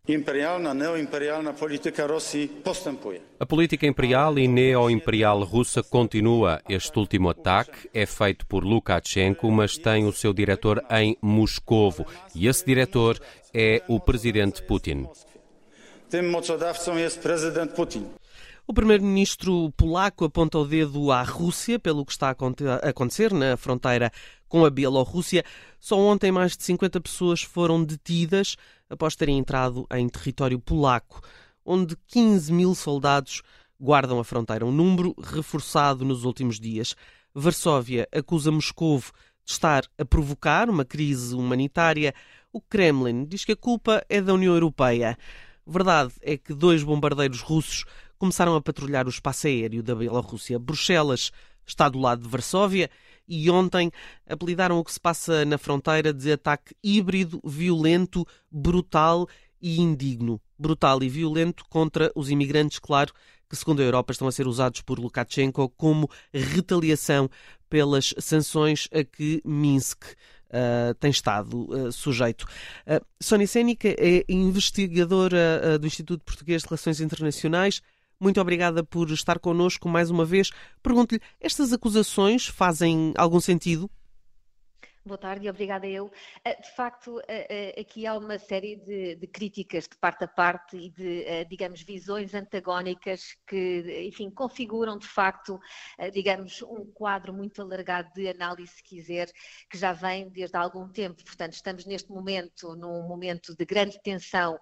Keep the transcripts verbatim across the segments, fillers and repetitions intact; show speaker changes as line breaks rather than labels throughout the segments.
imperialna, neoimperialna polityka Rosji postępuje.
A política imperial e neo-imperial russa continua. Este último ataque é feito por Lukashenko, mas tem o seu diretor em Moscovo. E esse diretor é o presidente Putin.
Tym mocodawcą jest prezydent Putin.
O primeiro-ministro polaco aponta o dedo à Rússia pelo que está a acontecer na fronteira com a Bielorrússia. Só ontem mais de cinquenta pessoas foram detidas após terem entrado em território polaco, onde quinze mil soldados guardam a fronteira, um número reforçado nos últimos dias. Varsóvia acusa Moscovo de estar a provocar uma crise humanitária. O Kremlin diz que a culpa é da União Europeia. Verdade é que dois bombardeiros russos começaram a patrulhar o espaço aéreo da Bielorrússia. Bruxelas está do lado de Varsóvia e ontem apelidaram o que se passa na fronteira de ataque híbrido, violento, brutal e indigno. Brutal e violento contra os imigrantes, claro, que segundo a Europa estão a ser usados por Lukashenko como retaliação pelas sanções a que Minsk Uh, tem estado uh, sujeito. Uh, Sónia Sénica é investigadora uh, do Instituto Português de Relações Internacionais. Muito obrigada por estar connosco mais uma vez. Pergunto-lhe, estas acusações fazem algum sentido?
Boa tarde e obrigada eu. De facto, aqui há uma série de, de críticas de parte a parte e de, digamos, visões antagónicas que, enfim, configuram de facto, digamos, um quadro muito alargado de análise, se quiser, que já vem desde há algum tempo. Portanto, estamos neste momento, num momento de grande tensão,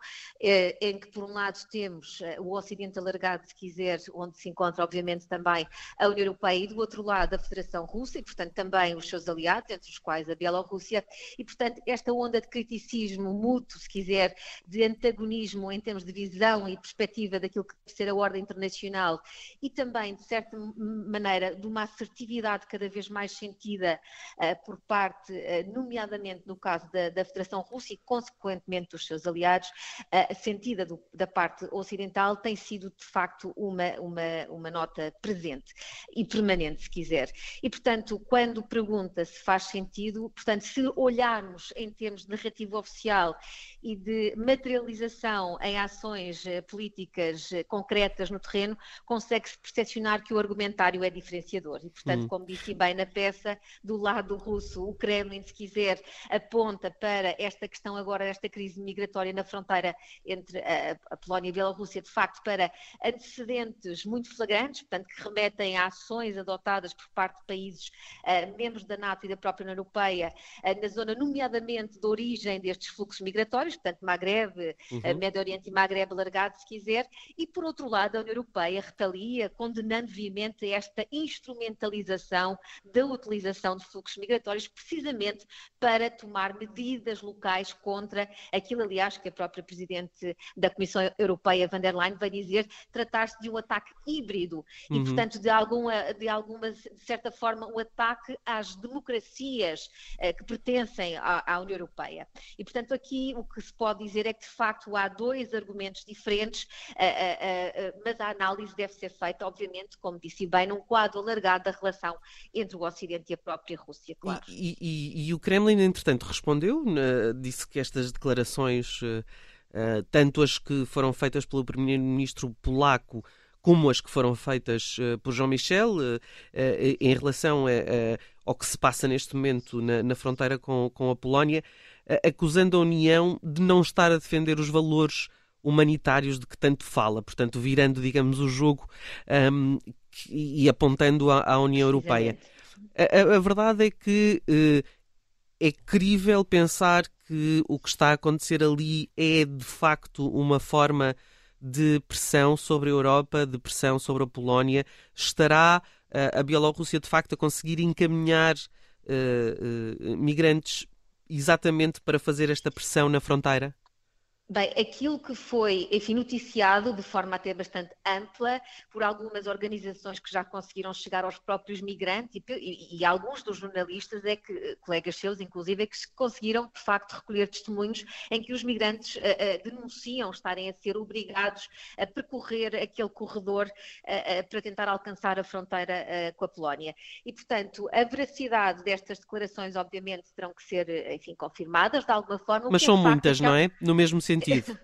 em que por um lado temos o Ocidente alargado, se quiser, onde se encontra obviamente também a União Europeia e do outro lado a Federação Russa e, portanto, também os seus aliados, entre os quais a Bielorrússia, e portanto esta onda de criticismo mútuo, se quiser, de antagonismo em termos de visão e perspectiva daquilo que deve ser a ordem internacional e também, de certa maneira, de uma assertividade cada vez mais sentida uh, por parte, uh, nomeadamente no caso da, da Federação Russa e consequentemente dos seus aliados, uh, sentida do, da parte ocidental, tem sido de facto uma, uma, uma nota presente e permanente, se quiser. E portanto, quando pergunta se faz sentido, portanto, se olharmos em termos de narrativa oficial e de materialização em ações políticas concretas no terreno, consegue-se percepcionar que o argumentário é diferenciador. E, portanto, hum. como disse bem na peça, do lado russo, o Kremlin, se quiser, aponta para esta questão agora, esta crise migratória na fronteira entre a, a Polónia e a Bielorrússia, de facto, para antecedentes muito flagrantes, portanto, que remetem a ações adotadas por parte de países uh, membros da NATO e da própria União Europeia na zona, nomeadamente, de origem destes fluxos migratórios, portanto, Magreb, uhum. Médio Oriente e Magreb alargado, se quiser, e, por outro lado, a União Europeia retalia, condenando veemente esta instrumentalização da utilização de fluxos migratórios, precisamente para tomar medidas locais contra aquilo, aliás, que a própria Presidente da Comissão Europeia, von der Leyen, vai dizer tratar-se de um ataque híbrido uhum. e, portanto, de alguma, de alguma, de certa forma, um ataque às democracias que pertencem à, à União Europeia. E, portanto, aqui o que se pode dizer é que, de facto, há dois argumentos diferentes, uh, uh, uh, mas a análise deve ser feita, obviamente, como disse bem, num quadro alargado da relação entre o Ocidente e a própria Rússia, claro.
E, e, e o Kremlin, entretanto, respondeu, né, disse que estas declarações, uh, uh, tanto as que foram feitas pelo primeiro-ministro polaco, como as que foram feitas uh, por João Michel, uh, uh, em relação a, a, ao que se passa neste momento na, na fronteira com, com a Polónia, uh, acusando a União de não estar a defender os valores humanitários de que tanto fala, portanto, virando, digamos, o jogo um, que, e apontando à, à União Europeia. A, a, a verdade é que uh, é crível pensar que o que está a acontecer ali é, de facto, uma forma de pressão sobre a Europa, de pressão sobre a Polónia. Estará uh, a Bielorrússia, de facto, a conseguir encaminhar uh, uh, migrantes exatamente para fazer esta pressão na fronteira?
Bem, aquilo que foi, enfim, noticiado de forma até bastante ampla por algumas organizações que já conseguiram chegar aos próprios migrantes e, e, e alguns dos jornalistas, é que, colegas seus, inclusive, é que conseguiram, de facto, recolher testemunhos em que os migrantes uh, uh, denunciam estarem a ser obrigados a percorrer aquele corredor uh, uh, para tentar alcançar a fronteira uh, com a Polónia. E, portanto, a veracidade destas declarações, obviamente, terão que ser, enfim, confirmadas de alguma forma.
Mas são muitas, não é? No mesmo sentido.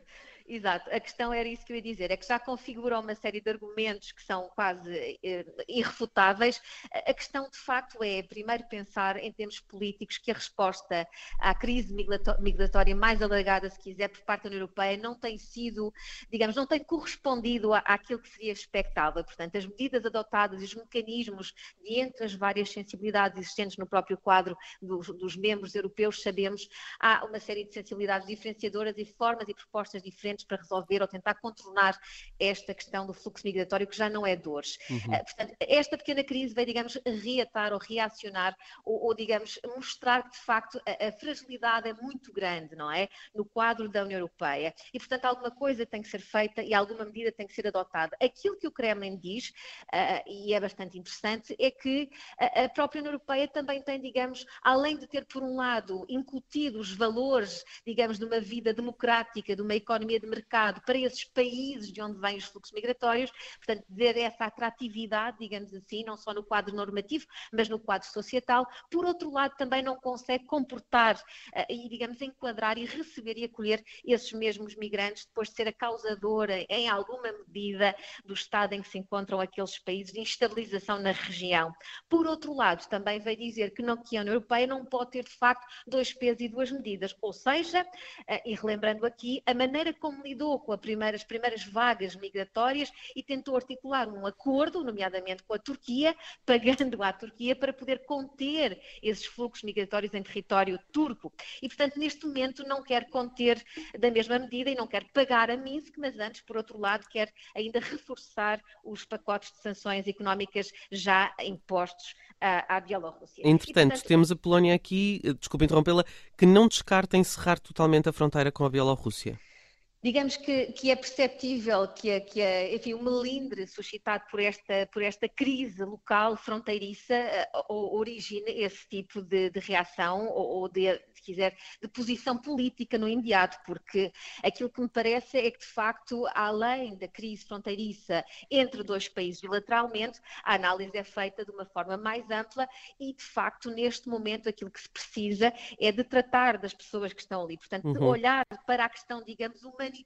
Exato, a questão era isso que eu ia dizer, é que já configura uma série de argumentos que são quase eh, irrefutáveis. A questão de facto é, primeiro, pensar em termos políticos que a resposta à crise migratória mais alargada, se quiser, por parte da União Europeia não tem sido, digamos, não tem correspondido à, àquilo que seria expectável. Portanto, as medidas adotadas e os mecanismos de entre as várias sensibilidades existentes no próprio quadro dos, dos membros europeus, sabemos, há uma série de sensibilidades diferenciadoras e formas e propostas diferentes para resolver ou tentar contornar esta questão do fluxo migratório, que já não é de hoje. Uhum. Uh, portanto, esta pequena crise veio, digamos, reatar ou reacionar ou, ou digamos, mostrar que, de facto, a, a fragilidade é muito grande, não é? No quadro da União Europeia. E, portanto, alguma coisa tem que ser feita e alguma medida tem que ser adotada. Aquilo que o Kremlin diz, uh, e é bastante interessante, é que a, a própria União Europeia também tem, digamos, além de ter, por um lado, incutido os valores, digamos, de uma vida democrática, de uma economia de mercado para esses países de onde vêm os fluxos migratórios, portanto, ter essa atratividade, digamos assim, não só no quadro normativo, mas no quadro societal. Por outro lado, também não consegue comportar uh, e, digamos, enquadrar e receber e acolher esses mesmos migrantes, depois de ser a causadora, em alguma medida, do estado em que se encontram aqueles países de instabilização na região. Por outro lado, também veio dizer que, não, que a União Europeia não pode ter, de facto, dois pesos e duas medidas, ou seja, uh, e relembrando aqui, a maneira como lidou com a primeira, as primeiras vagas migratórias e tentou articular um acordo, nomeadamente com a Turquia, pagando à Turquia para poder conter esses fluxos migratórios em território turco. E, portanto, neste momento não quer conter da mesma medida e não quer pagar a Minsk, mas antes, por outro lado, quer ainda reforçar os pacotes de sanções económicas já impostos à, à Bielorrússia.
Entretanto,
e, portanto,
temos a Polónia aqui, desculpe interrompê-la, que não descarta encerrar totalmente a fronteira com a Bielorrússia.
Digamos que, que é perceptível que, que enfim, o melindre suscitado por esta, por esta crise local fronteiriça uh, origina esse tipo de, de reação ou, ou de, se quiser, de posição política no imediato, porque aquilo que me parece é que, de facto, além da crise fronteiriça entre dois países bilateralmente, a análise é feita de uma forma mais ampla e, de facto, neste momento aquilo que se precisa é de tratar das pessoas que estão ali, portanto, de
uhum.
olhar para a questão, digamos, humanitária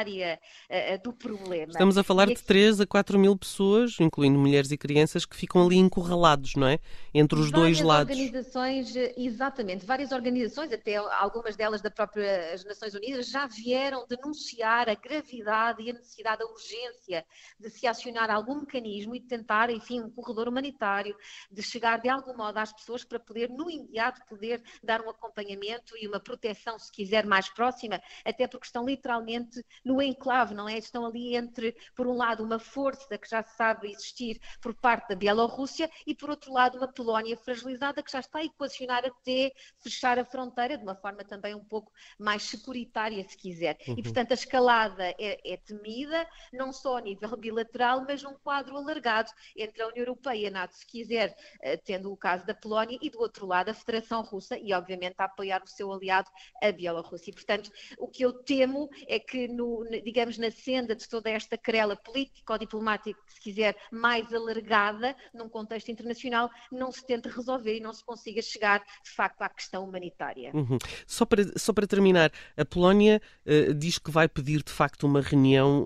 uh, do problema.
Estamos a falar
e
de três a quatro mil pessoas, incluindo mulheres e crianças, que ficam ali encurralados, não é? Entre os dois lados.
Várias organizações, exatamente, várias organizações, até algumas delas da própria as Nações Unidas, já vieram denunciar a gravidade e a necessidade, a urgência de se acionar algum mecanismo e de tentar, enfim, um corredor humanitário, de chegar de algum modo às pessoas para poder, no imediato, poder dar um acompanhamento e uma proteção, se quiser, mais próxima, até porque estão literalmente no enclave, não é? Estão ali entre, por um lado, uma força que já se sabe existir por parte da Bielorrússia e, por outro lado, uma Polónia fragilizada que já está a equacionar até fechar a fronteira de uma forma também um pouco mais securitária, se quiser. Uhum. E, portanto, a escalada é, é temida, não só a nível bilateral, mas num quadro alargado entre a União Europeia e a NATO, se quiser, tendo o caso da Polónia, e do outro lado a Federação Russa e, obviamente, a apoiar o seu aliado, a Bielorrússia. E, portanto, o que eu temo é que que, no, digamos, na senda de toda esta querela político-diplomática, se quiser, mais alargada, num contexto internacional, não se tente resolver e não se consiga chegar, de facto, à questão humanitária.
Uhum. Só para, só para terminar, a Polónia uh, diz que vai pedir, de facto, uma reunião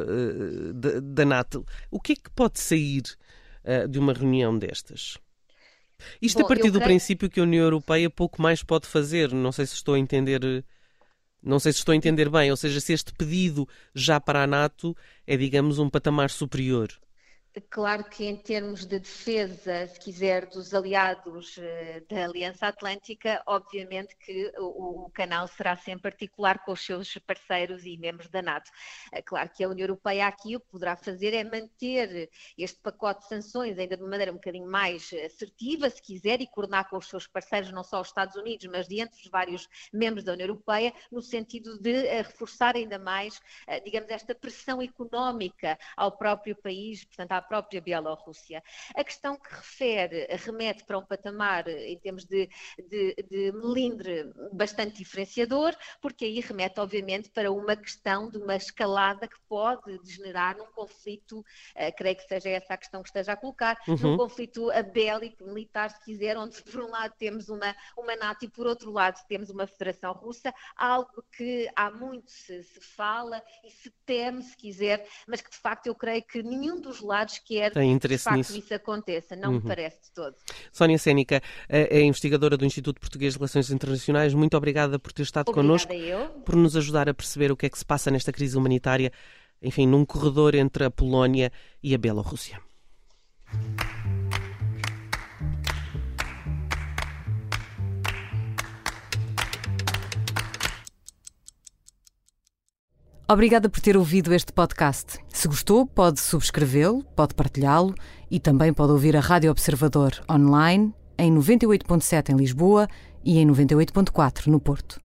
uh, uh, da, da NATO. O que é que pode sair uh, de uma reunião destas? Isto Bom, a partir do creio... princípio que a União Europeia pouco mais pode fazer. Não sei se estou a entender... Não sei se estou a entender bem, ou seja, se este pedido já para a NATO é, digamos, um patamar superior.
Claro que em termos de defesa, se quiser, dos aliados da Aliança Atlântica, obviamente que o, o canal será sempre articular com os seus parceiros e membros da NATO. Claro que a União Europeia aqui o que poderá fazer é manter este pacote de sanções ainda de uma maneira um bocadinho mais assertiva, se quiser, e coordenar com os seus parceiros, não só os Estados Unidos, mas de entre os vários membros da União Europeia, no sentido de reforçar ainda mais, digamos, esta pressão económica ao próprio país, portanto, à à própria Bielorrússia. A questão que refere, remete para um patamar em termos de, de, de melindre bastante diferenciador, porque aí remete obviamente para uma questão de uma escalada que pode degenerar num conflito, uh, creio que seja essa a questão que esteja a colocar, uhum. num conflito bélico, militar, se quiser, onde por um lado temos uma, uma NATO e por outro lado temos uma Federação Russa, algo que há muito se, se fala e se teme, se quiser, mas que de facto eu creio que nenhum dos lados quer
Tem
que de facto
nisso.
isso aconteça, não uhum. me parece de todo.
Sónia Sénica, é investigadora do Instituto Português de Relações Internacionais, muito obrigada por ter estado
Obrigada
connosco,
eu.
por nos ajudar a perceber o que é que se passa nesta crise humanitária, enfim, num corredor entre a Polónia e a Bielorrússia.
Obrigada por ter ouvido este podcast. Se gostou, pode subscrevê-lo, pode partilhá-lo e também pode ouvir a Rádio Observador online em noventa e oito ponto sete em Lisboa e em noventa e oito ponto quatro no Porto.